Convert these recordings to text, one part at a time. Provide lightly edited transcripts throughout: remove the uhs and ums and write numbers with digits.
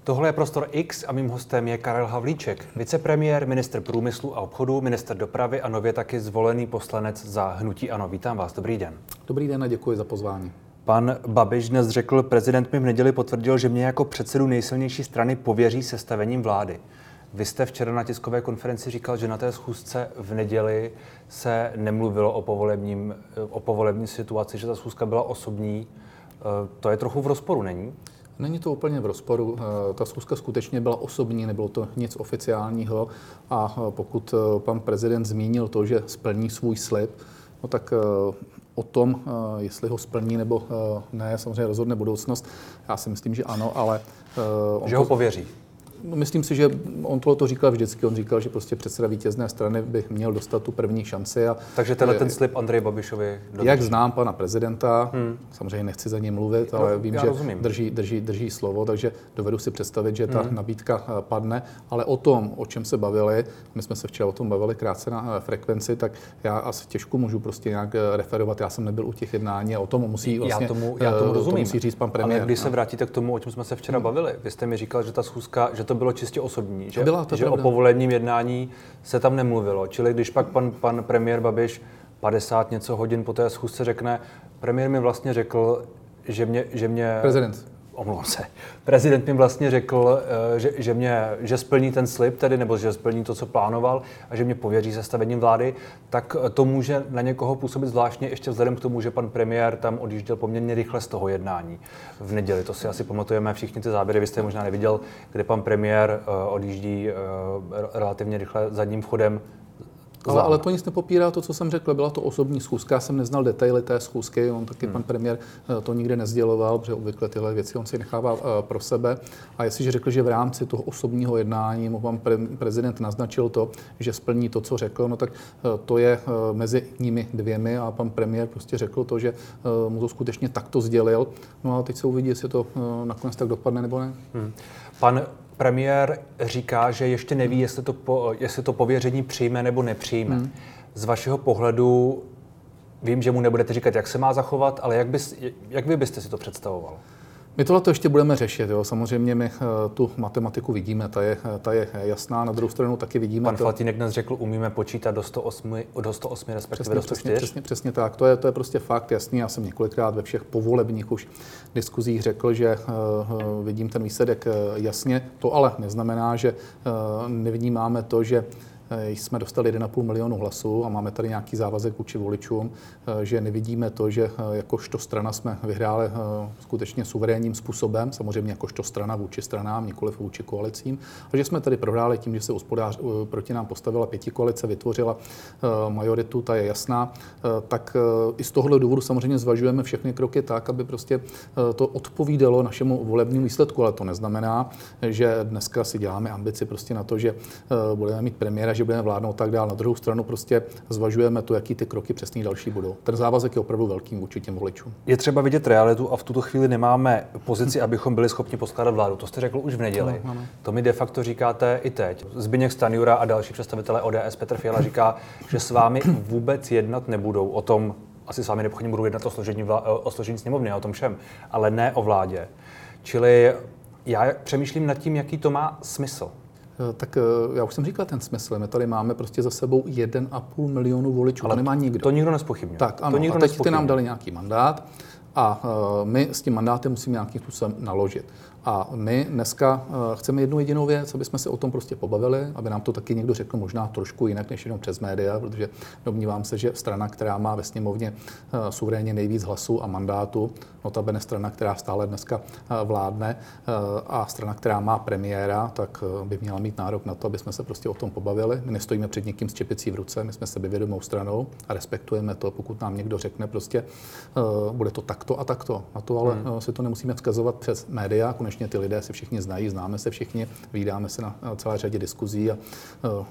Tohle je Prostor X a mým hostem je Karel Havlíček, vicepremiér, ministr průmyslu a obchodu, ministr dopravy a nově taky zvolený poslanec za hnutí ANO. Vítám vás, dobrý den. Dobrý den a děkuji za pozvání. Pan Babiš dnes řekl, prezident mi v neděli potvrdil, že mě jako předsedu nejsilnější strany pověří sestavením vlády. Vy jste včera na tiskové konferenci říkal, že na té schůzce v neděli se nemluvilo o povolební situaci, že ta schůzka byla osobní. To je trochu v rozporu, není? Není to úplně v rozporu. Ta schůzka skutečně byla osobní, nebylo to nic oficiálního a pokud pan prezident zmínil to, že splní svůj slib, no tak o tom, jestli ho splní nebo ne, samozřejmě rozhodne budoucnost. Já si myslím, že ano, ale... Že ho pověří. Myslím si, že on to říkal vždycky. On říkal, že prostě předseda vítězné strany by měl dostat tu první šanci. Takže ten slib Andreji Babišovi dodrží. Jak znám pana prezidenta, samozřejmě nechci za ně mluvit, ale vím, že drží slovo, takže dovedu si představit, že ta nabídka padne. Ale o tom, o čem se bavili, my jsme se včera o tom bavili krátce na Frekvenci, tak já asi těžko můžu prostě nějak referovat. Já jsem nebyl u těch jednání a o tom musí vlastně, já tomu rozumím. To musí říct pan premiér. Ale když se vrátíte k tomu, o čem jsme se včera bavili, vy jste mi říkal, že ta schůzka, že to bylo čistě osobní, že o povolebním jednání se tam nemluvilo. Čili když pak pan premiér Babiš 50 něco hodin po té schůzce řekne, premiér mi vlastně řekl, že mě... Omlouvám se. Prezident mi vlastně řekl, že splní ten slib tedy, nebo že splní to, co plánoval a že mě pověří sestavením vlády, tak to může na někoho působit zvláštně ještě vzhledem k tomu, že pan premiér tam odjížděl poměrně rychle z toho jednání v neděli. To si asi pamatujeme všichni ty záběry, vy jste je možná neviděl, kde pan premiér odjíždí relativně rychle zadním vchodem. Ale to nic nepopírá to, co jsem řekl. Byla to osobní schůzka, já jsem neznal detaily té schůzky, on taky pan premiér to nikde nesděloval, protože obvykle tyhle věci on si nechává pro sebe. A jestliže řekl, že v rámci toho osobního jednání mu pan prezident naznačil to, že splní to, co řekl, no tak to je mezi nimi dvěmi a pan premiér prostě řekl to, že mu to skutečně takto sdělil. No a teď se uvidí, jestli to nakonec tak dopadne nebo ne. Pan premiér říká, že ještě neví, jestli to pověření přijme nebo nepřijme. Z vašeho pohledu, vím, že mu nebudete říkat, jak se má zachovat, ale jak vy byste si to představoval? My tohle ještě budeme řešit. Jo. Samozřejmě my tu matematiku vidíme, ta je jasná. Na druhou stranu taky vidíme... Pan Faltýnek dnes řekl, umíme počítat do 108 respektive do 104. Přesně tak. To je prostě fakt jasný. Já jsem několikrát ve všech povolebních už diskuzích řekl, že vidím ten výsledek jasně. To ale neznamená, že nevnímáme to, že jsme dostali 1,5 milionu hlasů a máme tady nějaký závazek vůči voličům, že nevidíme to, že jakožto strana jsme vyhráli skutečně suverénním způsobem, samozřejmě jakožto strana vůči stranám, nikoliv vůči koalicím, a že jsme tady prohráli tím, že se proti nám postavila pětikoalice, vytvořila majoritu, ta je jasná, tak i z tohohle důvodu samozřejmě zvažujeme všechny kroky tak, aby prostě to odpovídalo našemu volebnímu výsledku, ale to neznamená, že dneska si děláme ambici prostě na to, že budeme mít premiéra, že budeme vládnout tak dál. Na druhou stranu prostě zvažujeme to, jaký ty kroky přesný další budou. Ten závazek je opravdu velkým vůči těm voličům. Je třeba vidět realitu a v tuto chvíli nemáme pozici, abychom byli schopni poskládat vládu. To jste řekl už v neděli. To mi de facto říkáte i teď. Zbyněk Stanjura a další představitelé ODS, Petr Fiala říká, že s vámi vůbec jednat nebudou o tom, asi s vámi nepochybně budou jednat o složení sněmovny a o tom všem, ale ne o vládě. Čili já přemýšlím nad tím, jaký to má smysl. Tak já už jsem říkal ten smysl. My tady máme prostě za sebou 1,5 milionu voličů. Ale to nemá nikdo. To nikdo nezpochybňuje. Tak ano, a teď ty nám dali nějaký mandát a my s tím mandátem musíme nějakým způsobem naložit. A my dneska chceme jednu jedinou věc, aby jsme se o tom prostě pobavili, aby nám to taky někdo řekl možná trošku jinak než jenom přes média, protože domnívám se, že strana, která má ve sněmovně suverénně nejvíc hlasů a mandátů, notabene strana, která stále dneska vládne a strana, která má premiéra, tak by měla mít nárok na to, aby jsme se prostě o tom pobavili. My nestojíme před někým s čepicí v ruce, my jsme sebevědomou stranou a respektujeme to, pokud nám někdo řekne prostě bude to takto a takto. Na to ale si to nemusíme vzkazovat přes média. Konečně ty lidé se všichni znají, známe se všichni, vídáme se na celé řadě diskuzí a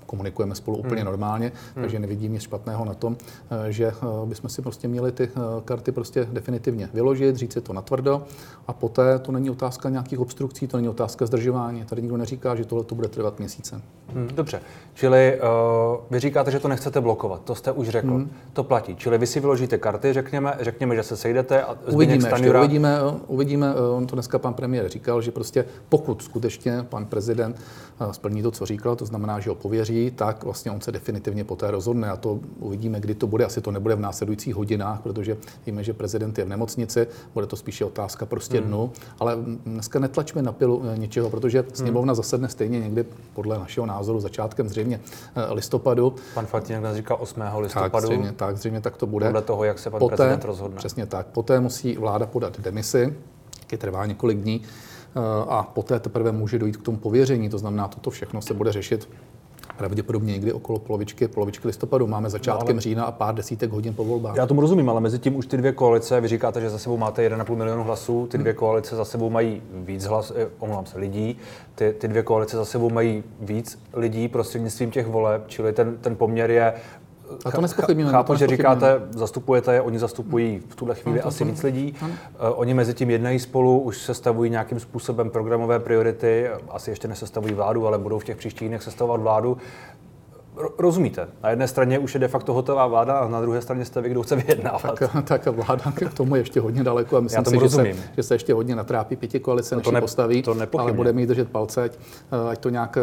komunikujeme spolu úplně normálně, takže nevidím nic špatného na tom, že bychom si prostě měli ty karty prostě definitivně vyložit, říct si to natvrdo a poté to není otázka nějakých obstrukcí, to není otázka zdržování. Tady nikdo neříká, že tohle to bude trvat měsíce. Dobře, čili vy říkáte, že to nechcete blokovat, to jste už řekl, to platí. Čili vy si vyložíte karty, řekněme, že se sejdete a Uvidíme, on to dneska pan premiér říkal, že prostě pokud skutečně pan prezident splní to, co říkal, to znamená, že ho pověří, tak vlastně on se definitivně poté rozhodne a to uvidíme, kdy to bude. Asi to nebude v následujících hodinách, protože víme, že prezident je v nemocnici, bude to spíše otázka prostě dnu, ale dneska netlačme na pilu něčeho, protože sněmovna zasedne stejně někdy podle našeho názoru začátkem zřejmě listopadu. Pan Faltýnek nás říkal 8. listopadu. Zřejmě tak to bude. Podle toho, jak se pan prezident rozhodne. Přesně tak. Poté musí vláda podat demisi, taky trvá několik dní a poté teprve může dojít k tomu pověření. To znamená, toto všechno se bude řešit pravděpodobně někdy okolo polovičky listopadu. Máme začátkem října a pár desítek hodin po volbách. Já tomu rozumím, ale mezi tím už ty dvě koalice, vy říkáte, že za sebou máte 1,5 milionu hlasů, ty dvě koalice za sebou mají víc lidí, ty dvě koalice za sebou mají víc lidí prostřednictvím těch voleb, čili ten poměr je. A to nespochybníme. Chápu, že říkáte, zastupujete je, oni zastupují v tuhle chvíli asi víc lidí. Oni mezi tím jednají spolu, už sestavují nějakým způsobem programové priority, asi ještě nesestavují vládu, ale budou v těch příštích dnech sestavovat vládu. Rozumíte? Na jedné straně už je de facto hotová vláda a na druhé straně jste vy, kdo chce vyjednávat. Tak vláda k tomu je ještě hodně daleko a myslím si, že se ještě hodně natrápí pětikoalice, než ji postaví, ale bude mít držet palce, ať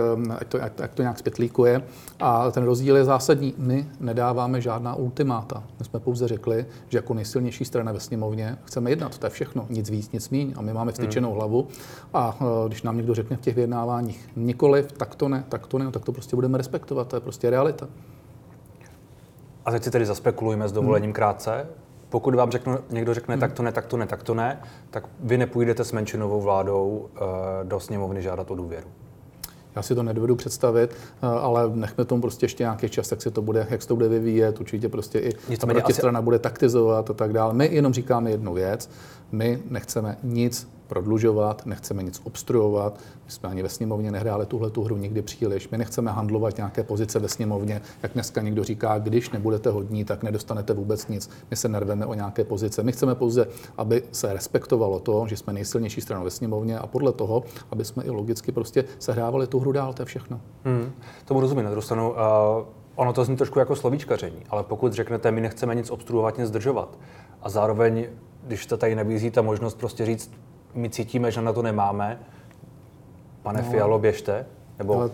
to nějak zpětlíkuje. A ten rozdíl je zásadní. My nedáváme žádná ultimáta. My jsme pouze řekli, že jako nejsilnější strana ve sněmovně chceme jednat. To je všechno. Nic víc, nic míň. A my máme vstyčenou hlavu. A když nám někdo řekne v těch vyjednáváních nikoliv, tak to ne, tak to prostě budeme respektovat. To je prostě realita. A teď si tedy zaspekulujeme s dovolením krátce. Pokud vám někdo řekne tak to ne, tak vy nepůjdete s menšinovou vládou do sněmovny žádat o důvěru. Já si to nedovedu představit, ale nechme tomu prostě ještě nějaký čas, jak se to bude vyvíjet. Určitě prostě i ta protistrana bude taktizovat a tak dále. My jenom říkáme jednu věc. My nechceme nic prodlužovat, nechceme nic obstruovat. My jsme ani ve sněmovně nehráli tuhletu hru nikdy příliš. My nechceme handlovat nějaké pozice ve sněmovně, jak dneska někdo říká, když nebudete hodní, tak nedostanete vůbec nic. My se nerveme o nějaké pozice. My chceme pouze, aby se respektovalo to, že jsme nejsilnější stranou ve sněmovně a podle toho, aby jsme i logicky prostě sehrávali tu hru dál, to je všechno. Tomu rozumím. Na druhou stranu, ono to zní trošku jako slovíčkaření, ale pokud řeknete, my nechceme nic obstruovat, nic zdržovat a zároveň, když to tady nabízí ta možnost prostě říct, my cítíme, že na to nemáme, pane Fialo, běžte, nebo ale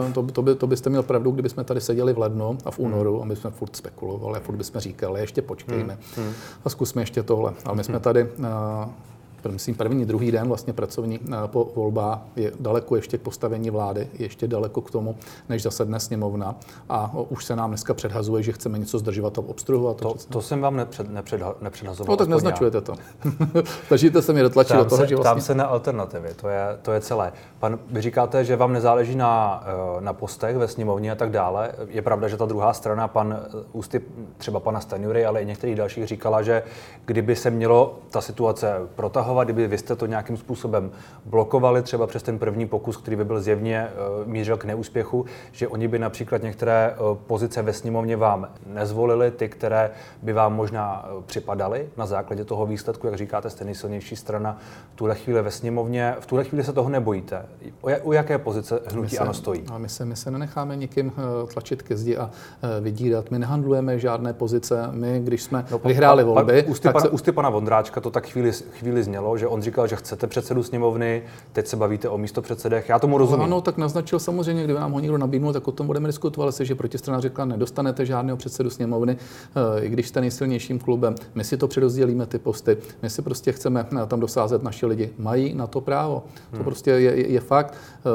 to byste měl pravdu, kdybychom tady seděli v lednu a v únoru a my jsme furt spekulovali a furt bychom říkali, ještě počkejme a zkusme ještě tohle. Ale my jsme tady, myslím, první, druhý den vlastně pracovní po volbách je daleko ještě k postavení vlády, ještě daleko k tomu, než zasedne sněmovna a už se nám dneska předhazuje, že chceme něco zdržovat a obstruovat. To jsem vám nepředhazoval. No tak neznačujete to. Snažíte se mě dotlačit do toho, že vlastně. Ptám se na alternativy, to je celé. Vy říkáte, že vám nezáleží na postech ve sněmovně a tak dále. Je pravda, že ta druhá strana, ústy třeba pana Stanjury, ale i některých dalších říkala, že kdyby se mělo ta situace protahovat, kdyby vy jste to nějakým způsobem blokovali, třeba přes ten první pokus, který by byl zjevně mířil k neúspěchu, že oni by například některé pozice ve sněmovně vám nezvolili, ty, které by vám možná připadaly na základě toho výsledku, jak říkáte, jste nejsilnější strana v tuhle chvíli ve sněmovně. V tuhle chvíli se toho nebojíte. U jaké pozice hnutí ANO stojí? My se nenecháme nikým tlačit ke zdi a vydírat. My nehandlujeme žádné pozice. My, když jsme vyhráli volby, ústy pana Vondráčka to tak chvíli znělo, že on říkal, že chcete předsedu sněmovny, teď se bavíte o místopředsedech. Já tomu rozumím. Ano, tak naznačil samozřejmě, kdyby nám ho někdo nabídnul, tak o tom budeme diskutovat, že protistrana řekla, nedostanete žádného předsedu sněmovny, i když jste nejsilnějším klubem. My si to přerozdělíme ty posty. My si prostě chceme tam dosázet naši lidi. Mají na to právo. To prostě je fakt.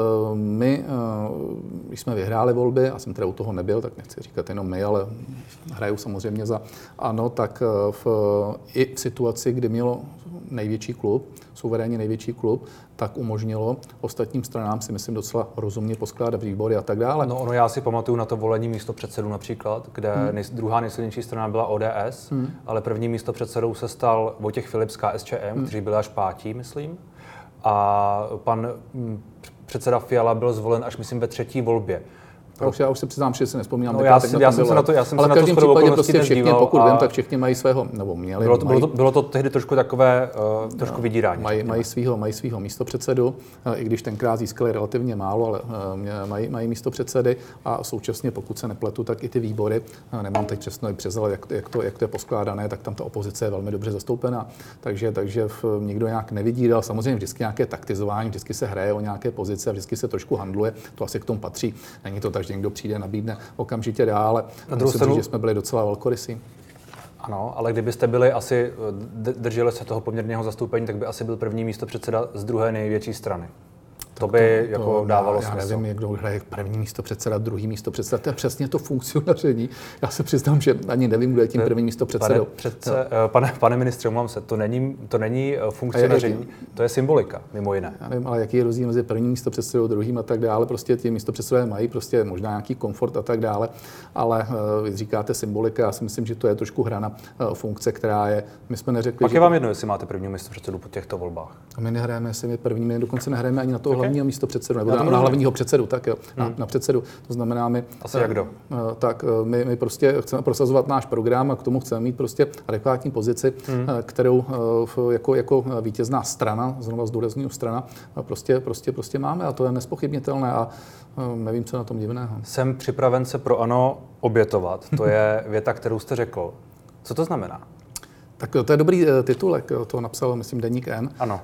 My, když jsme vyhráli volby, a jsem teda u toho nebyl, tak nechci říkat jenom my, ale hraju samozřejmě za ANO, tak i v situaci, kdy mělo největší klub, suverénně největší klub, tak umožnilo ostatním stranám, si myslím, docela rozumně poskládat výbory a tak dále. No, já si pamatuju na to volení místopředsedu například, kde druhá nejsilnější strana byla ODS, ale první místopředsedou se stal Vojtěch Filip z KSČM, kteří byli až pátí, myslím. A pan předseda Fiala byl zvolen až, myslím, ve třetí volbě. Já už se přiznám, že si nespomínám. No, já jsem se na to shodou prostě všichni, pokud vím, tak všichni mají svého, nebo měli. Bylo to tehdy trošku takové, trošku vydírání. Mají svého místopředsedu, i když tenkrát získali relativně málo, ale mají místopředsedy a současně, pokud se nepletu, tak i ty výbory, nemám teď přesně přezel, jak to je poskládané, tak tam ta opozice je velmi dobře zastoupená. Takže nikdo nějak nevydíral. Samozřejmě vždycky nějaké taktizování, vždycky se hraje o nějaké pozice a vždycky se trošku handluje. To asi k tomu patří. Není to tak, že někdo přijde, nabídne okamžitě dál, ale musím říct, že jsme byli docela velkorysí. Ano, ale kdybyste byli asi, drželi se toho poměrného zastoupení, tak by asi byl první místopředseda z druhé největší strany. To by jako dávalo smysl. Já nevím, kdo hraje první místopředseda, druhý místopředseda. To je přesně to funkcionaření. Já se přiznám, že ani nevím, kdo je tím prvním místopředsedou. Pane ministře, omlouvám se, to není funkcionaření, to je symbolika, mimo jiné. Já nevím, ale jaký je rozdíl mezi prvním místopředsedou, druhým a tak dále. Prostě ti místopředsedové mají prostě možná nějaký komfort a tak dále, ale vy říkáte symbolika. Já si myslím, že to je trošku hra na funkce, která je. My jsme neřekli. Pak je vám jedno, jestli máte první místopředsedu po těchto volbách. A my nehrajeme, jestli my první, my dokonce nehrajeme ani na toho hlavního místopředsedu, nebo na hlavního předsedu, tak jo, na předsedu. To znamená, my... Asi jak kdo? Tak my prostě chceme prosazovat náš program a k tomu chceme mít prostě adekvátní pozici, kterou jako vítězná strana, znovu zdůrazňuji strana, prostě máme a to je nespochybnitelné a nevím, co na tom divného. Jsem připraven se pro ANO obětovat. To je věta, kterou jste řekl. Co to znamená? Tak to je dobrý titulek, to napsal, myslím, Deník N. Ano.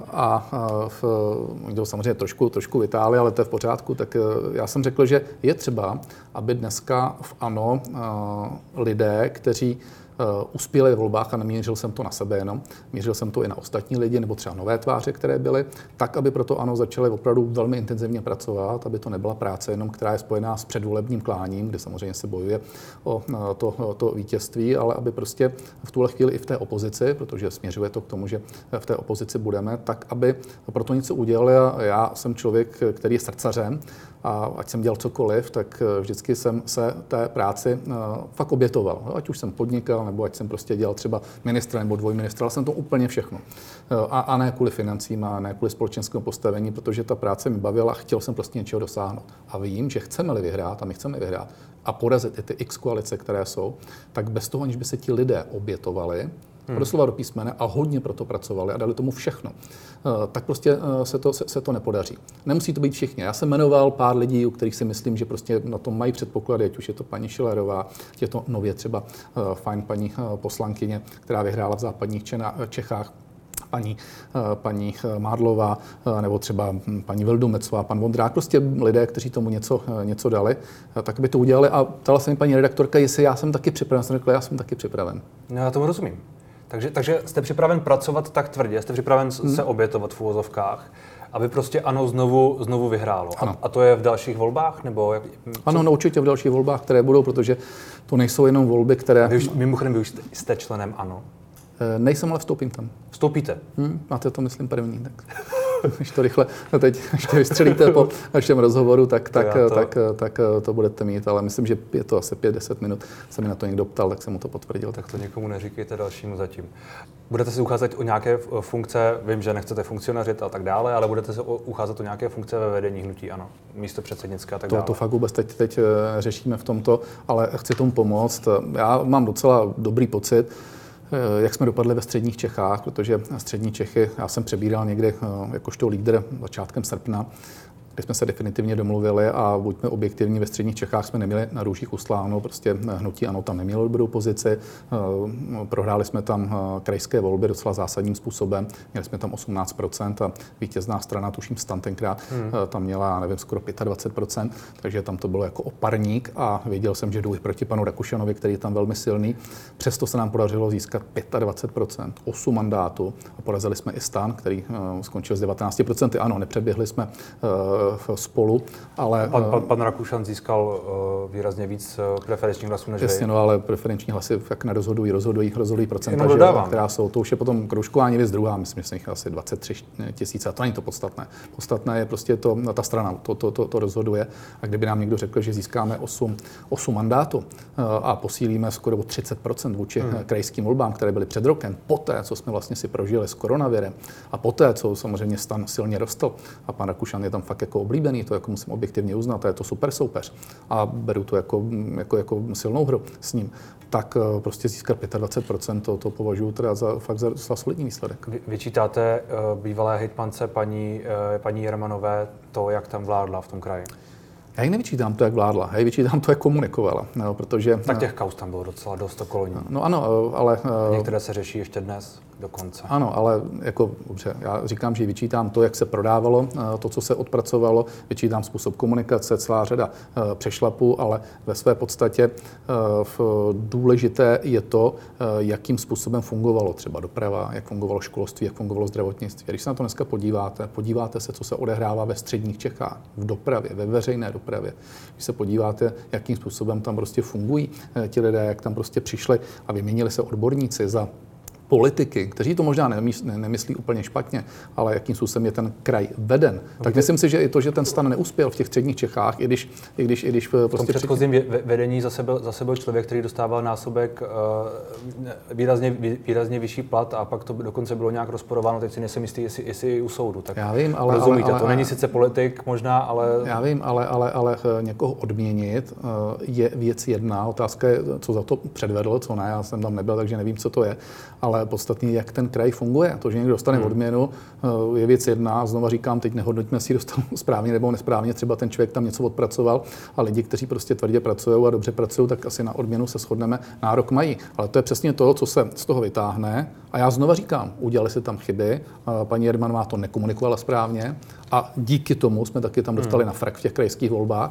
Oni to samozřejmě trošku vytáhli, ale to je v pořádku. Tak já jsem řekl, že je třeba, aby dneska v ANO lidé, kteří uspěli ve volbách, a nemířil jsem to na sebe jenom, mířil jsem to i na ostatní lidi, nebo třeba nové tváře, které byly, tak, aby proto ANO začaly opravdu velmi intenzivně pracovat, aby to nebyla práce jenom, která je spojená s předvolebním kláním, kde samozřejmě se bojuje o to vítězství, ale aby prostě v tuhle chvíli i v té opozici, protože směřuje to k tomu, že v té opozici budeme, tak, aby proto něco udělali. A já jsem člověk, který je srdcařem, a ať jsem dělal cokoliv, tak vždycky jsem se té práci fakt obětoval. Ať už jsem podnikal, nebo ať jsem prostě dělal třeba ministra nebo dvojministra, ale jsem to úplně všechno. A ne kvůli financím, a ne kvůli společenskému postavení, protože ta práce mi bavila a chtěl jsem prostě něčeho dosáhnout. A vím, že chceme-li vyhrát, a my chceme vyhrát, a porazit i ty X koalice, které jsou, tak bez toho, aniž by se ti lidé obětovali, doslova do písmene a hodně proto pracovali a dali tomu všechno, tak prostě se to nepodaří. Nemusí to být všichni. Já jsem jmenoval pár lidí, u kterých si myslím, že prostě na tom mají předpoklady, ať už je to paní Schillerová, je to nově třeba fajn paní poslankyně, která vyhrála v západních Čechách, paní Mádlová, nebo třeba paní Vildumetzová, pan Vondrák, prostě lidé, kteří tomu něco dali, tak by to udělali. A ptala se mi paní redaktorka, jestli já jsem taky připraven. Jsem řekl, já jsem taky připraven. No, já tomu rozumím. Takže jste připraven pracovat tak tvrdě, jste připraven se obětovat v uvozovkách, aby prostě ANO znovu vyhrálo. A to je v dalších volbách? Nebo Ano, no, určitě v dalších volbách, které budou, protože to nejsou jenom volby, které... Mimochodem, vy už jste členem ANO. Nejsem, ale vstoupím tam. Vstoupíte? Máte to, myslím, první. Tak. Když to rychle teď ještě vystřelíte po našem rozhovoru, tak to budete mít, ale myslím, že je to asi 5-10 minut. Se mi na to někdo ptal, tak jsem mu to potvrdil. Tak to někomu neříkejte dalšímu zatím. Budete si ucházet o nějaké funkce, vím, že nechcete funkcionařit a tak dále, ale budete se ucházet o nějaké funkce ve vedení hnutí ANO, místo předsednické a tak dále. To fakt vůbec teď řešíme v tomto, ale chci tomu pomoct. Já mám docela dobrý pocit, jak jsme dopadli ve středních Čechách, protože střední Čechy, já jsem přebíral někdy jakožto lídr začátkem srpna, kdy jsme se definitivně domluvili a buďme objektivní, ve středních Čechách jsme neměli na růžích ustláno, prostě hnutí ANO tam nemělo dobrou pozici, prohráli jsme tam krajské volby docela zásadním způsobem, měli jsme tam 18% a vítězná strana, tuším STAN tenkrát, tam měla, nevím, skoro 25%, takže tam to bylo jako oparník a věděl jsem, že jdu i proti panu Rakušanovi, který je tam velmi silný. Přesto se nám podařilo získat 25%, 8 mandátů a porazili jsme i STAN, který skončil s 19%. Ano, nepřeběhli jsme Spolu, ale... Pan Rakušan získal výrazně víc preferenčních hlasů než jasně, no, ale preferenční hlasy jak rozhodují procenta, která jsou. To už je potom kroužkování věc druhá, myslím, že jsem jich asi 23 tisíc, a to není to podstatné. Podstatné je prostě ta strana, to rozhoduje. A kdyby nám někdo řekl, že získáme 8 mandátů a posílíme skoro 30% vůči krajským volbám, které byly před rokem, poté, co jsme vlastně si prožili s koronavirem a poté, co samozřejmě STAN silně rostl a pan Rakušan je tam fakt jako jako oblíbený, to jako musím objektivně uznat, a je to super soupeř a beru to jako silnou hru s ním, tak prostě získat 25%, to považuji teda za fakt za solidní výsledek. Vyčítáte bývalé hejtmance paní Jermanové to, jak tam vládla v tom kraji? Já ji nevyčítám to, jak vládla, já ji vyčítám to, jak komunikovala, no, protože... Tak těch kauz tam bylo docela dost okolo ní. No ano, ale... Některé se řeší ještě dnes dokonce. Ano, ale jako dobře, já říkám, že vyčítám to, jak se prodávalo, to, co se odpracovalo, vyčítám způsob komunikace, celá řada přešlapů, ale ve své podstatě důležité je to, jakým způsobem fungovalo třeba doprava, jak fungovalo školství, jak fungovalo zdravotnictví. Když se na to dneska podíváte se, co se odehrává ve středních Čechách, v dopravě, ve veřejné dopravě. Když se podíváte, jakým způsobem tam prostě fungují ti lidé, jak tam prostě přišli a vyměnili se odborníci za politiky, kteří to možná nemyslí úplně špatně, ale jakým způsobem je ten kraj veden. Tak myslím si, že i to, že ten stan neuspěl v těch středních Čechách, i když v tom předchozím vedení zase byl člověk, který dostával násobek výrazně vyšší plat a pak to dokonce bylo nějak rozporováno, teď si nejsem jistý, jestli u soudu. Tak já vím, ale rozumíte, to není sice politik možná, ale... Já vím, ale někoho odměnit je věc jedna. Otázka je, co za to předvedl, co ne, já jsem tam nebyl, takže nevím, co to je. Ale podstatně, jak ten kraj funguje. To, že někdo dostane odměnu, je věc jedna. Znova říkám, teď nehodnoťme, jestli dostal správně nebo nesprávně. Třeba ten člověk tam něco odpracoval, a lidi, kteří prostě tvrdě pracují a dobře pracují, tak asi na odměnu se shodneme, nárok mají. Ale to je přesně to, co se z toho vytáhne. A já znova říkám, udělali se tam chyby. Paní Jermanová to nekomunikovala správně a díky tomu jsme taky tam dostali na frak v těch krajských volbách.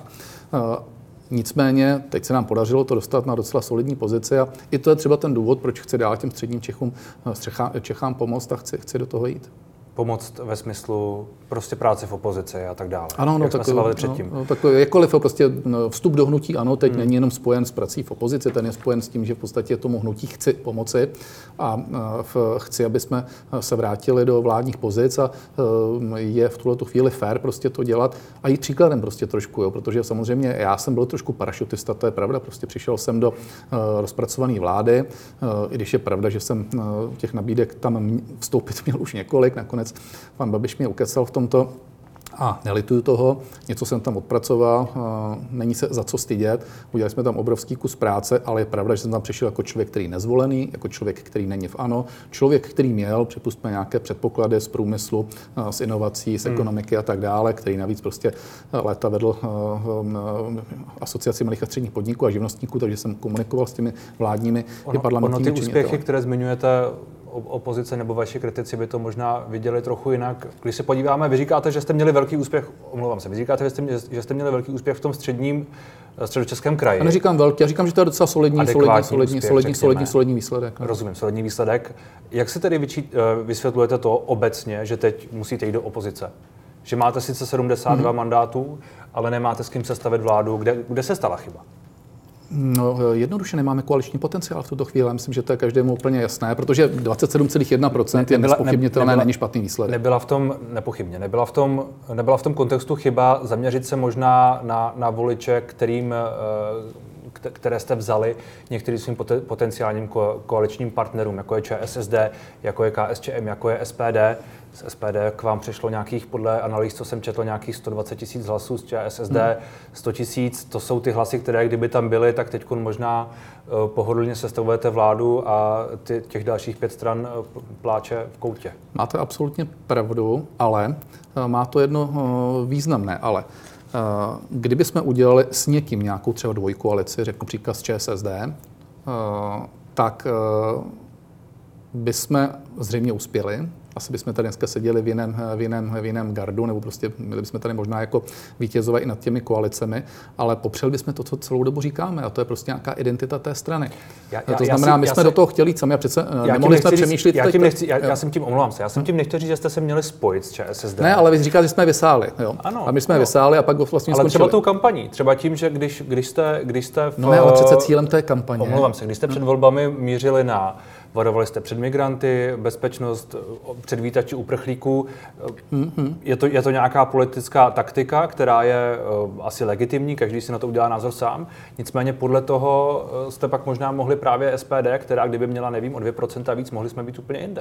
Nicméně teď se nám podařilo to dostat na docela solidní pozici a i to je třeba ten důvod, proč chci dál těm středním Čechám pomoct a chci do toho jít. Pomoct ve smyslu prostě práce v opozici a tak dále. Ano, jak jsme se bavili předtím. Tak jakkoliv prostě vstup do hnutí ANO teď není jenom spojen s prací v opozici, ten je spojen s tím, že v podstatě tomu hnutí chci pomoci a chci, aby jsme se vrátili do vládních pozic a je v tuhletu chvíli fér prostě to dělat a jít příkladem prostě trošku, jo, protože samozřejmě já jsem byl trošku parašutista, to je pravda, prostě přišel jsem do rozpracované vlády, i když je pravda, že jsem těch nabídek tam vstoupit měl už několik, nakonec pan Babiš mě ukecal v tomto a nelituju toho, něco jsem tam odpracoval, není se za co stydět, udělali jsme tam obrovský kus práce, ale je pravda, že jsem tam přišel jako člověk, který je nezvolený, jako člověk, který není v ANO, člověk, který měl, připustme, nějaké předpoklady z průmyslu, z inovací, z ekonomiky a tak dále, který navíc prostě léta vedl asociaci malých a středních podniků a živnostníků, takže jsem komunikoval s těmi vládními i parlamentními činiteli. Ty úspěchy, které zmiňujete, opozice nebo vaši kritici by to možná viděli trochu jinak. Když se podíváme, vy říkáte, že jste měli velký úspěch, omlouvám se, vy říkáte, že jste měli velký úspěch v tom středočeském kraji. Já neříkám velký, já říkám, že to je docela solidní výsledek. Rozumím, solidní výsledek. Jak si tedy vysvětlujete to obecně, že teď musíte jít do opozice? Že máte sice 72 mandátů, ale nemáte s kým sestavit vládu. Kde se stala chyba? No, jednoduše nemáme koaliční potenciál v tuto chvíli. Myslím, že to je každému úplně jasné, protože 27,1% je nezpochybnitelné, není špatný výsledek. Nebyla v tom kontextu chyba zaměřit se možná na voliče, které jste vzali některým svým potenciálním koaličním partnerům, jako je ČSSD, jako je KSČM, jako je SPD. Z SPD k vám přišlo nějakých, podle analýz, co jsem četl, nějakých 120 000 hlasů, z ČSSD 100 000. To jsou ty hlasy, které kdyby tam byly, tak teď možná pohodlně sestavujete vládu a těch dalších 5 stran pláče v koutě. Máte absolutně pravdu, ale má to jedno významné ale. Kdyby jsme udělali s někým nějakou třeba dvojkoalici, řeknu příklad s ČSSD, tak bychom zřejmě uspěli. Asi bychom tady dneska seděli v jiném gardu, nebo prostě byli bychom tady možná jako vítězové i nad těmi koalicemi, ale popřeli bychom to, co celou dobu říkáme, a to je prostě nějaká identita té strany. To znamená, my jsme do toho chtěli jít sami a přece nemohli jsme přemýšlet. Já jsem tím, omlouvám se, já jsem tím nechtěl říct, že jste se měli spojit s ČSSD. Ne, ale vy říkáte, že jsme vysáli. Jo. Ano, a my jsme vysáli a pak vlastně ale třeba tou kampaní, třeba tím, že když jste No ne, ale přece cílem té kampaně. Omlouvám se, když jste před volbami mířili varovali jste před migranty, bezpečnost, před vítači uprchlíků. Je to nějaká politická taktika, která je asi legitimní, každý si na to udělá názor sám. Nicméně podle toho jste pak možná mohli právě SPD, která kdyby měla, nevím, o 2% víc, mohli jsme být úplně jinde.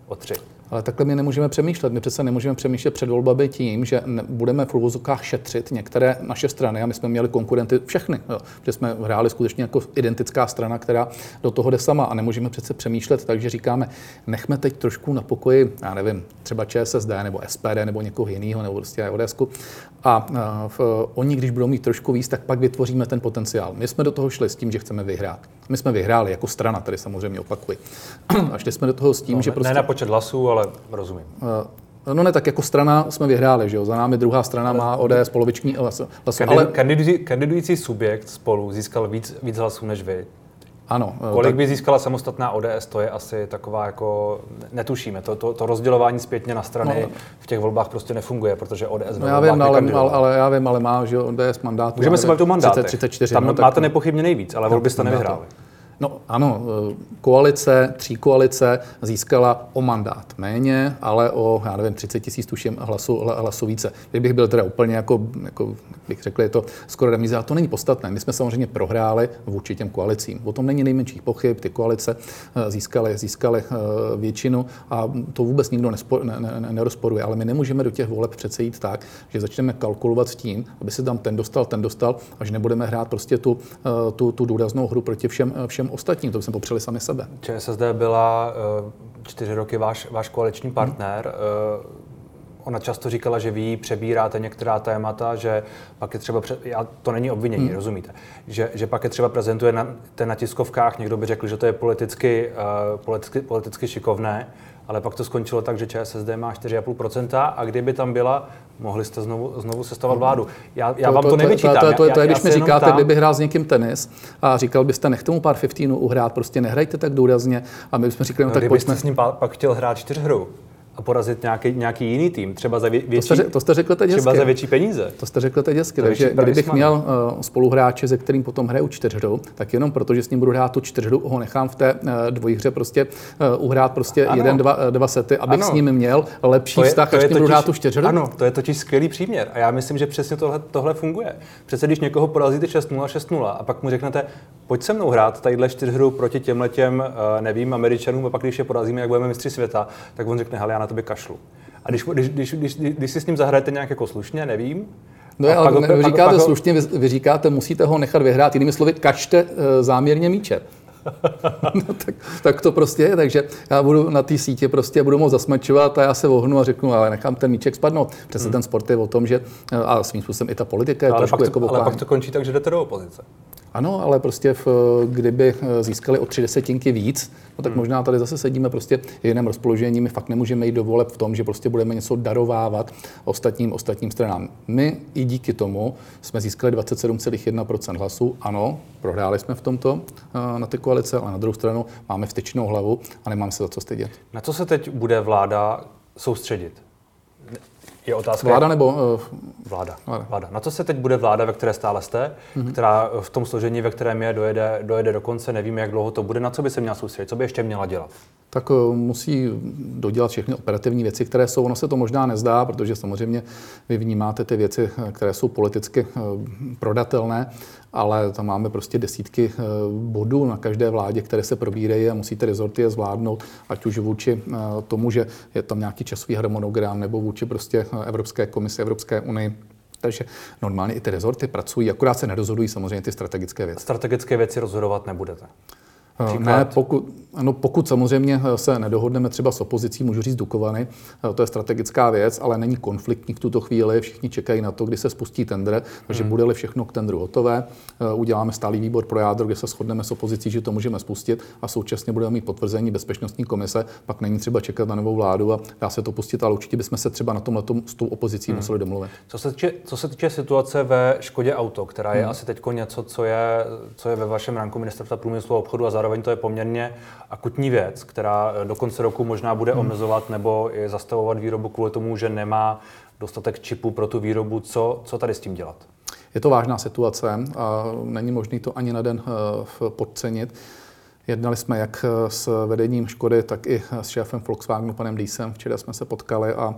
o 3. Ale takhle my nemůžeme přemýšlet. My přece nemůžeme přemýšlet před volbami tím, že budeme v uvozovkách šetřit některé naše strany a my jsme měli konkurenty všechny, jo, že jsme hráli skutečně jako identická strana, která do toho jde sama a nemůžeme přece přemýšlet, takže říkáme, nechme teď trošku na pokoji, já nevím, třeba ČSSD nebo SPD nebo někoho jiného nebo prostě ODSku a oni, když budou mít trošku víc, tak pak vytvoříme ten potenciál. My jsme do toho šli s tím, že chceme vyhrát. My jsme vyhráli jako strana, tady samozřejmě opakuji. A šli jsme do toho s tím, že prostě... Ne na počet hlasů, ale rozumím. No ne, tak jako strana jsme vyhráli, že jo? Za námi druhá strana má ODS poloviční hlasu. Ale kandidující subjekt Spolu získal víc hlasů než vy. Ano. Kolik by získala samostatná ODS, to je asi taková jako, netušíme, to rozdělování zpětně na strany v těch volbách prostě nefunguje, protože ODS no já vím, ale má, že ODS mandát. Můžeme se bavit o mandátech. 34, tam máte nepochybně nejvíc, ale volby jste nevyhráli. No ano, tříkoalice získala o mandát méně, ale o, já nevím, 30 000 tuším hlasů více. Kdybych byl teda úplně jako bych řekl, je to skoro remíza, a to není podstatné. My jsme samozřejmě prohráli vůči těm koalicím. O tom není nejmenších pochyb, ty koalice získaly většinu a to vůbec nikdo nerozporuje, ale my nemůžeme do těch voleb přece jít tak, že začneme kalkulovat s tím, aby se tam ten dostal, až nebudeme hrát prostě tu důraznou hru proti všem ostatním, to by jsme popřeli sami sebe. ČSSD byla 4 roky váš koaliční partner. Ona často říkala, že vy přebíráte některá témata, že pak je třeba, to není obvinění, rozumíte, že pak je třeba prezentujete na tiskovkách, někdo by řekl, že to je politicky šikovné, ale pak to skončilo tak, že ČSSD má 4,5% a kdyby tam byla, mohli jste znovu sestavovat vládu. Já vám to nevyčítám. To je, když mi říkáte, kdyby hrál s někým tenis a říkal byste, nechte mu pár 15 uhrát, prostě nehrajte tak důrazně a my bychom říkali, no tak pojďme. Kdybyste s ním pak chtěl hrát 4hru a porazit nějaký jiný tým, třeba za větší peníze. To jste řekl teď hezky, takže kdybych měl spoluhráče, se kterým potom hraju 4hru, tak jenom proto, že s ním budu hrát tu 4hru, ho nechám v té dvojhře prostě uhrát prostě 1-2 sety, abych s ním měl lepší vztah, až s ním budu hrát tu 4hru. Ano, to je totiž skvělý příměr a já myslím, že přesně tohle funguje. Přece když někoho porazíte 6-0 a pak mu řeknete, pojď se mnou hrát tadyhle 4hru proti těmhletěm, nevím, Američanům a pak když je porazíme, jak budeme mistři světa, tak on řekne, hele, já na tobě kašlu. A když si s ním zahrajete nějak jako slušně, nevím. No ale vy říkáte slušně, vy říkáte, musíte ho nechat vyhrát, jinými slovy, kačte záměrně míče. No, tak to prostě je, takže já budu na té sítě prostě budu moct zasmačovat a já se ohnu a řeknu, ale nechám ten míček spadnout. Přece ten sport je o tom, že a svým způsobem i ta politika je trošku jako vokální. Ale pak to končí tak, že jdete do opozice. Ano, ale prostě kdyby získali o 3 desetinky víc, no tak možná tady zase sedíme prostě v jiném rozpoložení. My fakt nemůžeme jít do voleb v tom, že prostě budeme něco darovávat ostatním stranám. My i díky tomu jsme získali 27,1% hlasů. Ano, prohráli jsme v tomto na ty koalice, ale na druhou stranu máme vstyčnou hlavu a nemáme se za co stydět. Na co se teď bude vláda soustředit? Je otázka. Vláda nebo... Vláda. Na co se teď bude vláda, ve které stále jste, která v tom složení, ve kterém je, dojede do konce, nevíme, jak dlouho to bude, na co by se měla soustředit, co by ještě měla dělat? Tak musí dodělat všechny operativní věci, které jsou. Ono se to možná nezdá, protože samozřejmě vy vnímáte ty věci, které jsou politicky prodatelné, ale tam máme prostě desítky bodů na každé vládě, které se probírají a musíte rezorty je zvládnout, ať už vůči tomu, že je tam nějaký časový harmonogram, nebo vůči prostě Evropské komisi, Evropské unii. Takže normálně i ty rezorty pracují, akorát se nerozhodují samozřejmě ty strategické věci. Strategické věci rozhodovat nebudete? Ne, pokud samozřejmě se nedohodneme třeba s opozicí, můžu říct Dukovany, to je strategická věc, ale není konfliktní v tuto chvíli, všichni čekají na to, kdy se spustí tendr, takže bude-li všechno k tendru hotové, uděláme stálý výbor pro jádro, kde se shodneme s opozicí, že to můžeme spustit a současně budeme mít potvrzení bezpečnostní komise, pak není třeba čekat na novou vládu a dá se to pustit, ale určitě bychom se třeba na tomhletom s tou opozicí museli domluvit. Co se týče situace ve Škodě Auto, která je asi teď něco, co je ve vašem ranku Ministerstva průmyslu a obchodu a zároveň to je poměrně akutní věc, která do konce roku možná bude omezovat nebo i zastavovat výrobu kvůli tomu, že nemá dostatek čipů pro tu výrobu. Co tady s tím dělat? Je to vážná situace a není možné to ani na den podcenit. Jednali jsme jak s vedením Škody, tak i s šéfem Volkswagenu, panem Diesem. Včera jsme se potkali a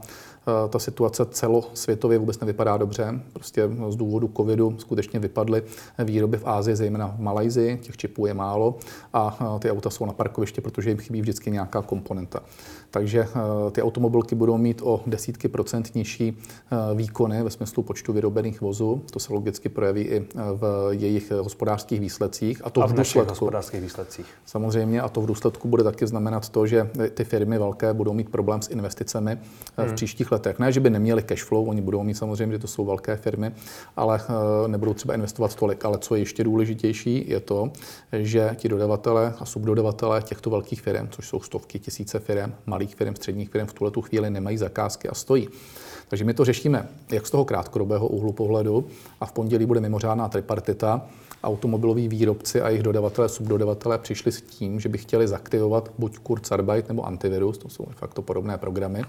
ta situace celosvětově vůbec nevypadá dobře. Prostě z důvodu covidu skutečně vypadly výroby v Asii, zejména v Malajsii, těch čipů je málo a ty auta jsou na parkovišti, protože jim chybí vždycky nějaká komponenta. Takže ty automobilky budou mít o desítky procent nižší výkony ve smyslu počtu vyrobených vozů. To se logicky projeví i v jejich hospodářských výsledcích. A to v důsledku hospodářských výsledcích. Samozřejmě, a to v důsledku bude taky znamenat to, že ty firmy velké budou mít problém s investicemi v příštích letech. Ne, že by neměli cash flow, oni budou mít samozřejmě, že to jsou velké firmy, ale nebudou třeba investovat tolik. Ale co je ještě důležitější, je to, že ti dodavatelé a subdodavatelé těchto velkých firm, což jsou stovky, tisíce firm, malých firm, středních firm, v tuhletu chvíli nemají zakázky a stojí. Takže my to řešíme jak z toho krátkodobého úhlu pohledu a v pondělí bude mimořádná tripartita. Automobiloví výrobci a jejich dodavatelé, subdodavatelé přišli s tím, že by chtěli zaktivovat buď Kurzarbeit nebo antivirus, to jsou de facto podobné programy.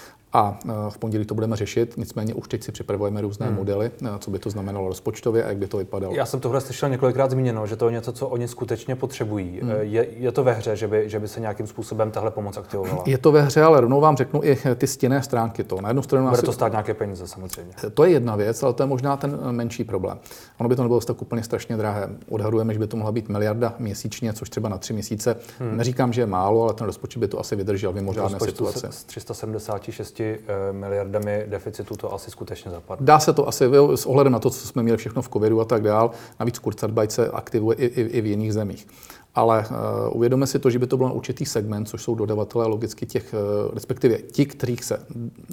A v pondělí to budeme řešit, nicméně už teď si připravujeme různé modely, co by to znamenalo rozpočtově a jak by to vypadalo. Já jsem tohle slyšel několikrát zmíněno, že to je něco, co oni skutečně potřebují. Je to ve hře, že by se nějakým způsobem tahle pomoc aktivovala? Je to ve hře, ale rovnou vám řeknu i ty stinné stránky toho. Na jednu stranu bude to stát nějaké peníze samozřejmě. To je jedna věc, ale to je možná ten menší problém. Ono by to nebylo tak úplně strašně drahé. Odhadujeme, že by to mohla být miliarda měsíčně, což třeba na 3 měsíce. Neříkám, že je málo, ale ten rozpočet by to asi vydržel v mimořádné situaci. S 376 miliardami deficitu to asi skutečně zapadne. Dá se to asi s ohledem na to, co jsme měli všechno v covidu a tak dál. Navíc Kurzarbeit se aktivuje i v jiných zemích. Ale uvědomme si to, že by to byl určitý segment, což jsou dodavatelé logicky těch, respektive ti, kterých se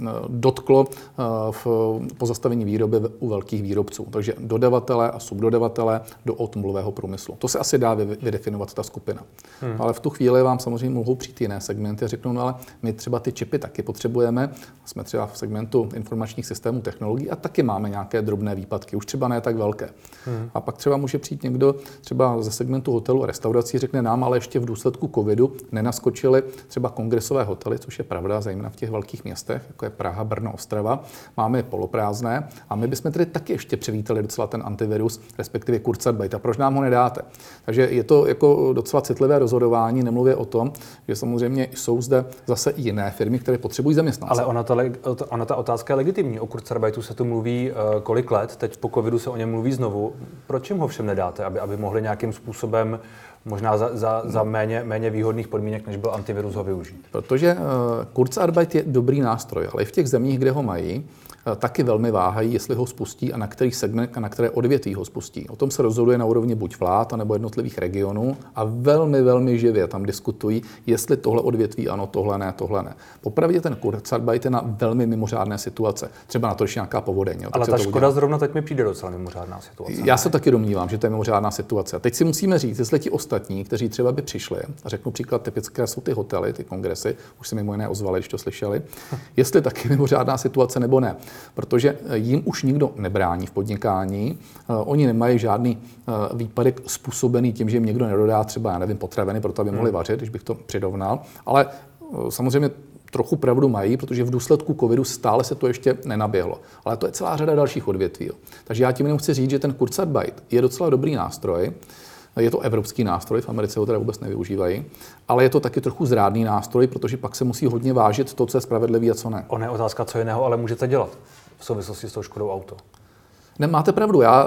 dotklo v pozastavení výroby u velkých výrobců. Takže dodavatelé a subdodavatelé do automobilového průmyslu. To se asi dá vydefinovat ta skupina. Ale v tu chvíli vám samozřejmě mohou přijít jiné segmenty a řeknou, no ale my třeba ty čipy taky potřebujeme. Jsme třeba v segmentu informačních systémů technologií a taky máme nějaké drobné výpadky, už třeba ne tak velké. A pak třeba může přijít někdo třeba ze segmentu hotelu a restaurací, řekne nám, ale ještě v důsledku covidu nenaskočily třeba kongresové hotely, což je pravda, zejména v těch velkých městech, jako je Praha, Brno, Ostrava. Máme je poloprázdné a my bychom tedy taky ještě přivítali docela ten antivirus, respektive Kurzarbeit. A proč nám ho nedáte? Takže je to jako docela citlivé rozhodování, nemluvě o tom, že samozřejmě jsou zde zase i jiné firmy, které potřebují zaměstnance. Ale ona ta otázka je legitimní. O Kurzarbeitu se tu mluví kolik let, teď po covidu se o něm mluví znovu. Proč jim ho všem nedáte, aby mohli nějakým způsobem možná za méně výhodných podmínek, než byl antivirus, ho využít? Protože Kurzarbeit je dobrý nástroj, ale i v těch zemích, kde ho mají, taky velmi váhají, jestli ho spustí a na který segment a na které odvětví ho spustí. O tom se rozhoduje na úrovni buď vlád, nebo jednotlivých regionů a velmi, velmi živě tam diskutují, jestli tohle odvětví ano, tohle ne. Popravdě ten Kurzarbeit je na velmi mimořádné situace. Třeba na to, když nějaká povodeň. Ale ta škoda zrovna teď mi přijde docela mimořádná situace. Já se taky domnívám, že to je mimořádná situace. A teď si musíme říct, jestli ti ostatní, kteří třeba by přišli, a řeknu příklad, typické jsou ty hotely, ty kongresy, už se mimo jiné ozvali, když to slyšeli, jestli taky mimořádná situace nebo ne. Protože jim už nikdo nebrání v podnikání, oni nemají žádný výpadek způsobený tím, že jim někdo nedodá třeba, já nevím, potraviny, proto aby mohli vařit, když bych to přirovnal, ale samozřejmě trochu pravdu mají, protože v důsledku covidu stále se to ještě nenaběhlo. Ale to je celá řada dalších odvětví. Takže já tím jenom chci říct, že ten Kurzarbeit je docela dobrý nástroj. Je to evropský nástroj, v Americe ho teda vůbec nevyužívají, ale je to taky trochu zrádný nástroj, protože pak se musí hodně vážit to, co je spravedlivý a co ne. Ona je otázka, co jiného, ale můžete dělat v souvislosti s tou škodou auto. Ne, máte pravdu, já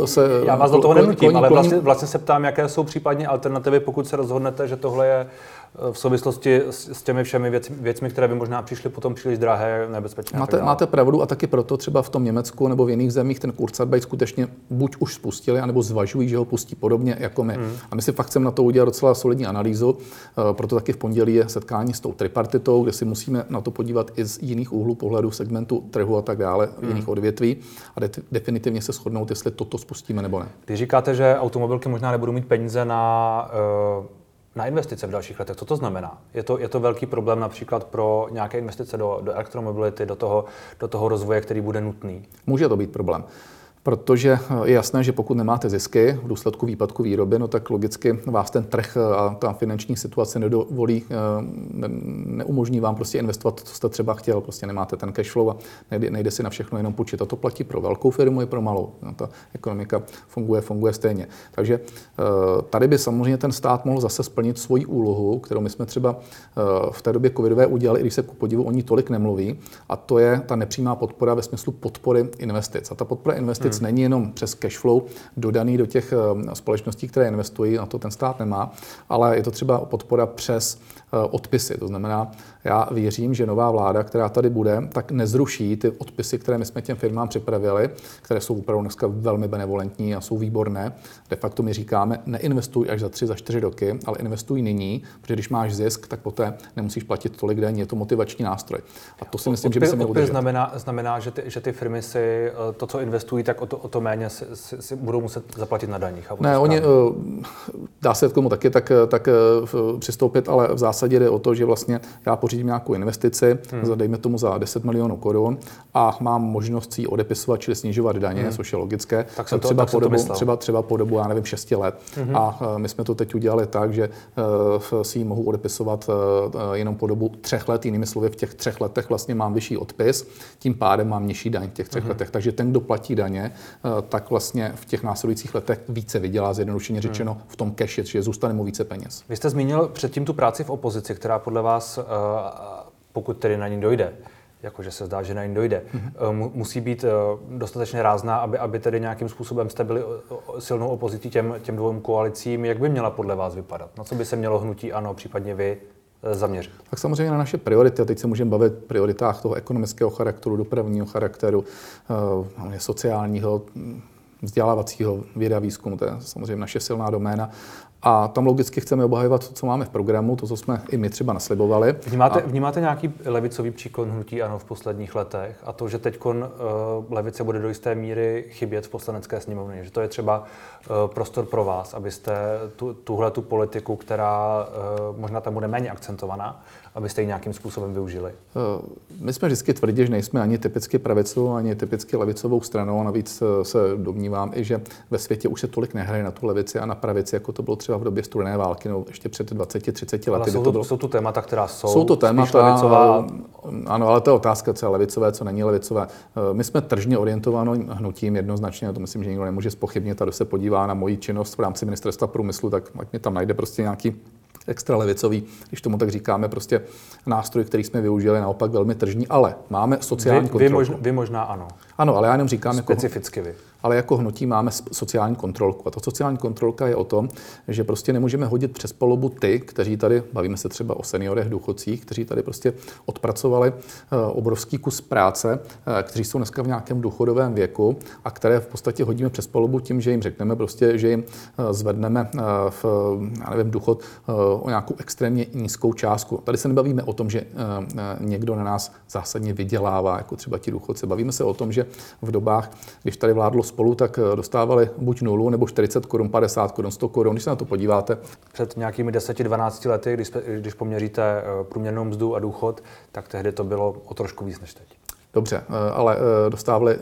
vás do toho nenutím, ale vlastně se ptám, jaké jsou případně alternativy, pokud se rozhodnete, že tohle je v souvislosti s těmi všemi věcmi, které by možná přišly potom příliš drahé, nebezpečné. Máte pravdu a taky proto třeba v tom Německu nebo v jiných zemích ten Kurzarbeit skutečně buď už spustili, anebo zvažují, že ho pustí podobně jako my. A my si fakt chceme na to udělat docela solidní analýzu, proto taky v pondělí je setkání s tou tripartitou, kde si musíme na to podívat i z jiných úhlů pohledu segmentu trhu a tak dále, jiných odvětví a definitivně se shodnout, jestli toto spustíme nebo ne. Když říkáte, že automobilky možná nebudou mít peníze na investice v dalších letech. Co to znamená? Je to velký problém například pro nějaké investice do elektromobility, do toho rozvoje, který bude nutný? Může to být problém. Protože je jasné, že pokud nemáte zisky v důsledku výpadku výroby, no tak logicky vás ten trh a ta finanční situace nedovolí, neumožní vám prostě investovat, co jste třeba chtěl, prostě nemáte ten cash flow a nejde si na všechno jenom půjčit. A to platí pro velkou firmu i pro malou. No, ta ekonomika funguje stejně. Takže tady by samozřejmě ten stát mohl zase splnit svoji úlohu, kterou my jsme třeba v té době covidové udělali, i když se ku podivu o ní tolik nemluví, a to je ta nepřímá podpora ve smyslu podpory investic. A ta podpora investic není jenom přes cash flow dodaný do těch společností, které investují, na to ten stát nemá, ale je to třeba podpora přes odpisy. To znamená, já věřím, že nová vláda, která tady bude, tak nezruší ty odpisy, které my jsme těm firmám připravili, které jsou opravdu dneska velmi benevolentní a jsou výborné. De facto my říkáme, neinvestuj až za 3, za 4 roky, ale investuj nyní, protože když máš zisk, tak poté nemusíš platit tolik daní, je to motivační nástroj. A to si myslím, že by se mělo udržet. Znamená, že ty firmy si to, co investují, tak o to méně si budou muset zaplatit na daních. Ne, oni, dá se k tomu taky tak přistoupit, ale v zásadě jde o to, že vlastně já pořídím nějakou investici, dejme tomu za 10 milionů korun a mám možnost si ji odepisovat, čili snižovat daně, což je logické. Tak třeba po dobu, já nevím, 6 let. A my jsme to teď udělali tak, že si ji mohu odepisovat jenom po dobu 3 let. Jinými slovy, v těch 3 letech vlastně mám vyšší odpis, tím pádem mám nižší daň v těch 3 letech. Takže ten, kdo platí daně, tak vlastně v těch následujících letech více vydělá, zjednodušeně řečeno, v tom cashi, že zůstane mu více peněz. Vy jste zmínil předtím tu práci v opozici, která podle vás, pokud tedy na ní dojde, jakože se zdá, že na ní dojde, musí být dostatečně rázná, aby tedy nějakým způsobem jste byli silnou opozicí těm dvou koalicím. Jak by měla podle vás vypadat? Na co by se mělo hnutí ANO, případně vy, zaměřit? Tak samozřejmě na naše priority. A teď se můžeme bavit o prioritách toho ekonomického charakteru, dopravního charakteru, sociálního, vzdělávacího, věda, výzkumu. To je samozřejmě naše silná doména. A tam logicky chceme obhajovat to, co máme v programu, to, co jsme i my třeba naslibovali. Vnímáte nějaký levicový příklon hnutí ANO v posledních letech a to, že teďkon levice bude do jisté míry chybět v poslanecké sněmovně, že to je třeba prostor pro vás, abyste tuhletu politiku, která možná tam bude méně akcentovaná, abyste ji nějakým způsobem využili? My jsme vždycky tvrdili, že nejsme ani typicky pravicovou, ani typicky levicovou stranou. Navíc se domnívám i, že ve světě už se tolik nehraje na tu levici a na pravici, jako to bylo třeba v době studené války, nebo ještě před 20-30 lety. Ale jsou to témata, která jsou to témata, levicová. Ano, ale to je otázka, co je levicové, co není levicové. My jsme tržně orientovaným hnutím jednoznačně, to myslím, že nikdo nemůže zpochybnit. A kdo se podívá na moji činnost v rámci ministerstva průmyslu, tak ať mi tam najde prostě nějaký extra levicový, když tomu tak říkáme, prostě nástroj, který jsme využili, naopak velmi tržní, ale máme sociální kontrolku. Vy možná ano. Ano, ale já jenom říkám, specificky vy. Ale jako hnutí máme sociální kontrolku. A ta sociální kontrolka je o tom, že prostě nemůžeme hodit přes palubu ty, kteří tady, bavíme se třeba o seniorech, důchodcích, kteří tady prostě odpracovali obrovský kus práce, kteří jsou dneska v nějakém důchodovém věku a které v podstatě hodíme přes palubu tím, že jim řekneme prostě, že jim zvedneme důchod o nějakou extrémně nízkou částku. Tady se nebavíme o tom, že někdo na nás zásadně vydělává, jako třeba ti důchodci. Bavíme se o tom, že v dobách, když tady vládlo Spolu, tak dostávali buď 0, nebo 40 korun, 50 korun, 100 korun, když se na to podíváte. Před nějakými 10-12 lety, když poměříte průměrnou mzdu a důchod, tak tehdy to bylo o trošku víc než teď. Dobře, ale dostávali,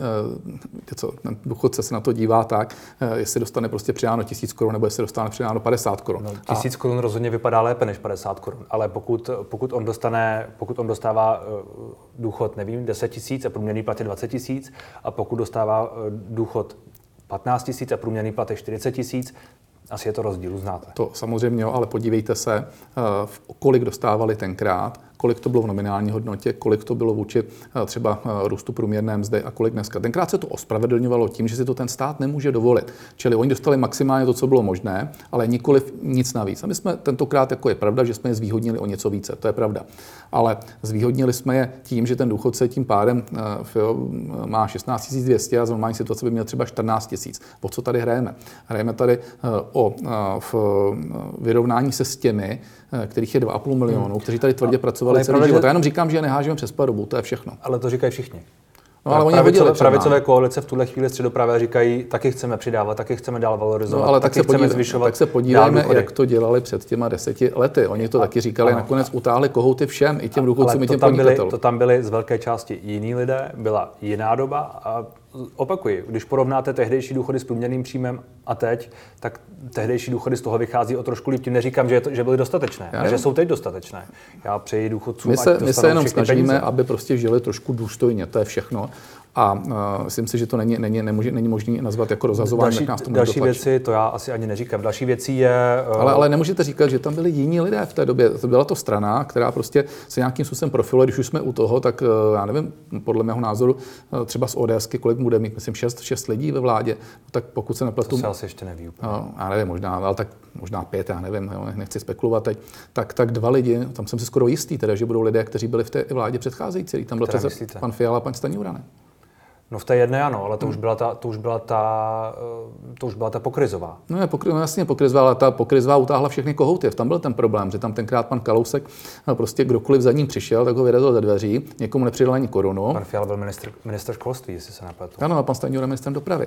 ten důchodce se na to dívá tak, jestli dostane prostě přidáno 1000 korun, nebo jestli dostane přidáno 50 korun. No, 1000 korun rozhodně vypadá lépe než 50 korun, ale pokud on dostává důchod, nevím, 10 000 a průměrný plat je 20 000, a pokud dostává důchod 15 000 a průměrný plat je 40 000, asi je to rozdíl, uznáte. To samozřejmě, ale podívejte se, kolik dostávali tenkrát, kolik to bylo v nominální hodnotě, kolik to bylo vůči třeba růstu průměrné mzdy a kolik dneska. Tenkrát se to ospravedlňovalo tím, že si to ten stát nemůže dovolit. Čili oni dostali maximálně to, co bylo možné, ale nikoliv nic navíc. A my jsme tentokrát, jako je pravda, že jsme je zvýhodnili o něco více, to je pravda. Ale zvýhodnili jsme je tím, že ten důchodce tím pádem má 16 200 a z normální situace by měl třeba 14 000. O co tady hrajeme? Hrajeme tady o vyrovnání se s těmi, kterých je 2,5 milionu, kteří tady tvrdě pracovali celý život. Já jenom říkám, že je nehážeme přes palubu, to je všechno. Ale to říkají všichni. No, ale oni pravicové koalice v tuhle chvíli středopravé říkají, taky chceme přidávat, taky chceme dál valorizovat, ale taky chceme zvyšovat. Tak se podívejme, jak to dělali před těma 10 lety. Oni to taky říkali, nakonec utáhli kohouty všem, i těm důchodcům, i těm podnikatelům. To tam byli z velké části jiní lidé, byla jiná doba a opakuji, když porovnáte tehdejší důchody s průměrným příjmem a teď, tak tehdejší důchody z toho vychází o trošku líp. Tím neříkám, že byly dostatečné, a že jsou teď dostatečné. Já přeji důchodcům, my se jenom snažíme, peníze, aby prostě žili trošku důstojně, to je všechno. A myslím si, že to není možné nazvat jako rozhazování, jak nás to další věci, to já asi ani neříkám. Další věcí je... Ale nemůžete říkat, že tam byli jiní lidé v té době. Byla to strana, která prostě se nějakým způsobem profiluje. Když už jsme u toho, tak já nevím, podle mého názoru, třeba z ODSky, kolik bude mít, myslím, 6 lidí ve vládě, tak pokud se nepletu... To se asi ještě neví úplně. Já nevím, možná 5, já nevím, jo, nechci spekulovat teď. Tak 2 lidi, tam jsem si skoro jistý, teda, že budou lidé, kteří byli v té vládě předcházející. Tam byl pan Fiala a pan Stanjura, ne? No v té jedné ano, ale to už byla ta pokrizová. No jasně pokrizová, ale ta pokrizová utáhla všechny kohouty. Tam byl ten problém, že tam tenkrát pan Kalousek, prostě kdokoliv za ním přišel, tak ho vyrazil ze dveří, někomu nepřidal ani korunu. Pan Fiala byl ministr školství, jestli se nepletu. Ano, a pan Stanjura ministrem dopravy.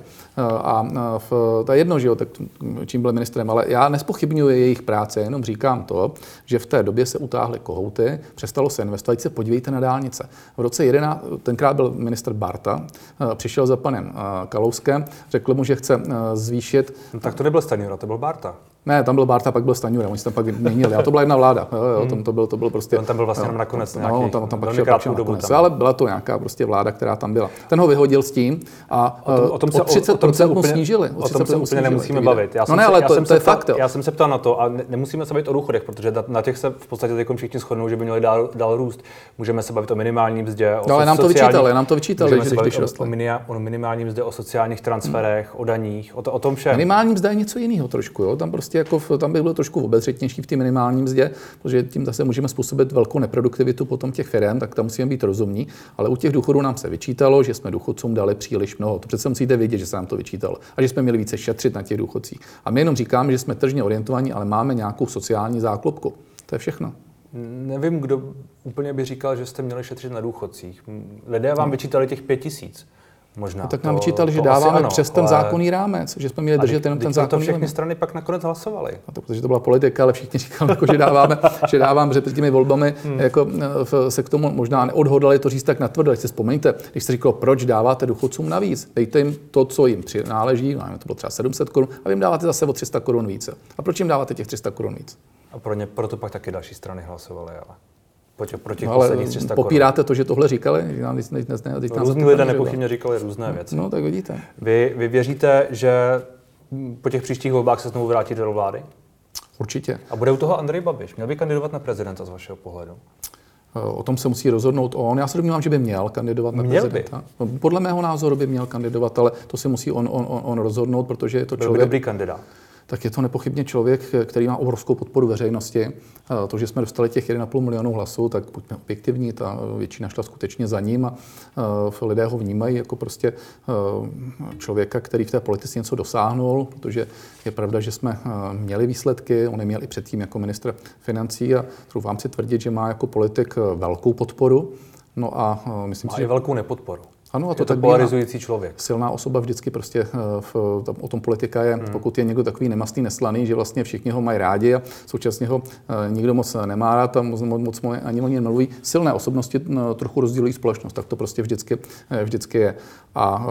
To je jedno, že jo, tak čím byl ministrem, ale já nezpochybňuji jejich práce, jenom říkám to, že v té době se utáhly kohouty, přestalo se investovat, se podívejte na dálnice. V roce 11, tenkrát byl ministr Barta, přišel za panem Kalouskem, řekl mu, že chce zvýšit... No, tak to nebyl Stanjura, to byl Barta. Ne, tam byl Barta, pak byl Stanjura, oni se tam pak vyměnili. A to byla jedna vláda. To byl prostě... On tam byl vlastně jenom nakonec nějaký... No, tam pak šel nakonec. Ale byla to nějaká prostě vláda, která tam byla. Ten ho vyhodil s tím a o 30% mu snížili. O tom se úplně nemusíme bavit. No ne, ale to je fakt. Já jsem se ptal na to a nemusíme se bavit o důchodech, protože na těch se v podstatě teď všichni shodnou, že by měli dál růst. Můžeme se bavit o minimální mzdě, o ale nám to vyčítali, když rostly. O minimální mzdě, o sociálních transferech, o daních, o tom všem. Minimální mzda je něco jiného trošku, jo. Tam prostě jako tam bych byl trošku obezřetnější v té minimální mzdě, protože tím zase můžeme způsobit velkou neproduktivitu potom těch firem, tak tam musíme být rozumní, ale u těch důchodů nám se vyčítalo, že jsme důchodcům dali příliš mnoho. To přece musíte vědět, že se nám to vyčítalo a že jsme měli více šetřit na těch důchodcích. A my jenom říkáme, že jsme tržně orientovaní, ale máme nějakou sociální záklopku. To je všechno. Nevím, kdo úplně by říkal, že jste měli šetřit na důchodcích. Lidé vám vyčítali těch 5 000. Možná. No, tak nám vyčítali, že dáváme přes ten zákonný rámec, že jsme měli držet jenom ten zákonný rámec. To všechny strany pak nakonec hlasovaly. Protože to byla politika, ale všichni říkali, jako, že dáváme, že před těmi volbami jako, se k tomu možná neodhodlali to říct tak natvrdo. Si vzpomeňte, když jste říkalo, proč dáváte důchodcům navíc, dejte jim to, co jim přináleží, to bylo třeba 700 korun, a vy jim dáváte zase o 300 korun více. A proč jim dáváte těch 300 korun víc? A proto pak taky další strany hlasovaly, ale... Ale popíráte to, že tohle říkali? Různí lidé nepochybně říkali různé věci. No, tak vidíte. Vy věříte, že po těch příštích volbách se znovu vrátíte do vlády? Určitě. A bude u toho Andrej Babiš? Měl by kandidovat na prezidenta z vašeho pohledu? O tom se musí rozhodnout on. Já se domnívám, že by měl kandidovat na prezidenta. Podle mého názoru by měl kandidovat, ale to se musí on rozhodnout, protože je to člověk... Byl dobrý kandidát. Tak je to nepochybně člověk, který má obrovskou podporu veřejnosti. To, že jsme dostali těch 1,5 milionu hlasů, tak buďme objektivní, ta většina šla skutečně za ním a lidé ho vnímají jako prostě člověka, který v té politice něco dosáhnul, protože je pravda, že jsme měli výsledky, on je měl i předtím jako ministr financí a troufám si tvrdit, že má jako politik velkou podporu. No a myslím si, že velkou nepodporu. Ano, a to je tak polarizující člověk. Silná osoba vždycky prostě o tom politika je, pokud je někdo takový nemastný, neslaný, že vlastně všichni ho mají rádi a současně ho nikdo moc nemá rád a moc ani o něm nemluví. Silné osobnosti trochu rozdělují společnost, tak to prostě vždycky je. A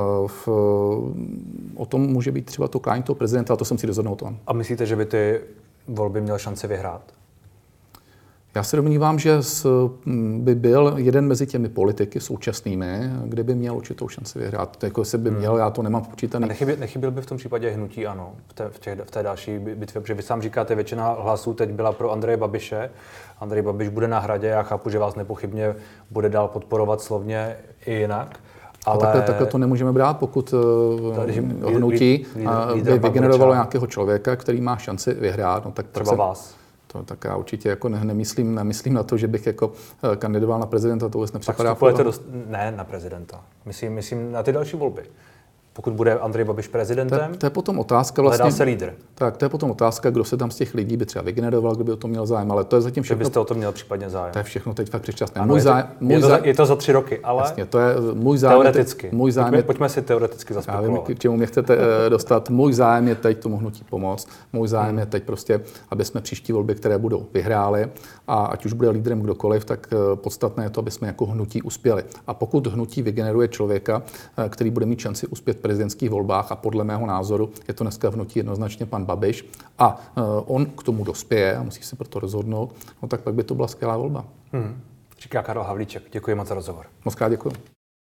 o tom může být třeba to klání toho prezidenta, a to jsem si rozhodnout on. A myslíte, že by ty volby měl šanci vyhrát? Já se domnívám, že by byl jeden mezi těmi politiky současnými, kde by měl určitou šanci vyhrát. Jako se by měl, já to nemám počítaný. Nechyběl by v tom případě hnutí ANO v té další bitvě, protože vy sám říkáte, většina hlasů teď byla pro Andreje Babiše. Andrej Babiš bude na Hradě, já chápu, že vás nepochybně bude dál podporovat slovně i jinak. Ale... A takhle to nemůžeme brát, pokud hnutí by vygenerovalo nějakého člověka, který má šanci vyhrát. No, tak třeba vás. Tak já určitě jako nemyslím na to, že bych jako kandidoval na prezidenta, to vůbec nepřipadá. Ne na prezidenta. Myslím na ty další volby. pokud bude Andrej Babiš prezidentem, to je potom otázka vlastně. Hledá se lídr. Tak, to je potom otázka, kdo se tam z těch lidí by třeba vygeneroval, kdo by o to měl zájem, ale to je zatím všechno. Kdybyste o to měl případně zájem. To je všechno teď fakt předčasné. Ano, je to za 3 roky, ale jasně, to je můj zájem. Teoreticky. Pojďme si teoreticky zaspekulovat. Já vím, k čemu mě chcete dostat. Můj zájem je teď tomu hnutí pomoct. Můj zájem je teď prostě, aby jsme příští volby, které budou, vyhráli, a ať už bude lídrem kdokoliv, tak podstatné je to, aby jsme jako hnutí uspěli. A pokud hnutí vygeneruje člověka, který bude mít šanci uspět v prezidentských volbách, a podle mého názoru je to dneska v hnutí jednoznačně pan Babiš, a on k tomu dospěje a musí se proto rozhodnout, no tak pak by to byla skvělá volba. Říká Karel Havlíček. Děkuji moc za rozhovor. Moc krát děkuji.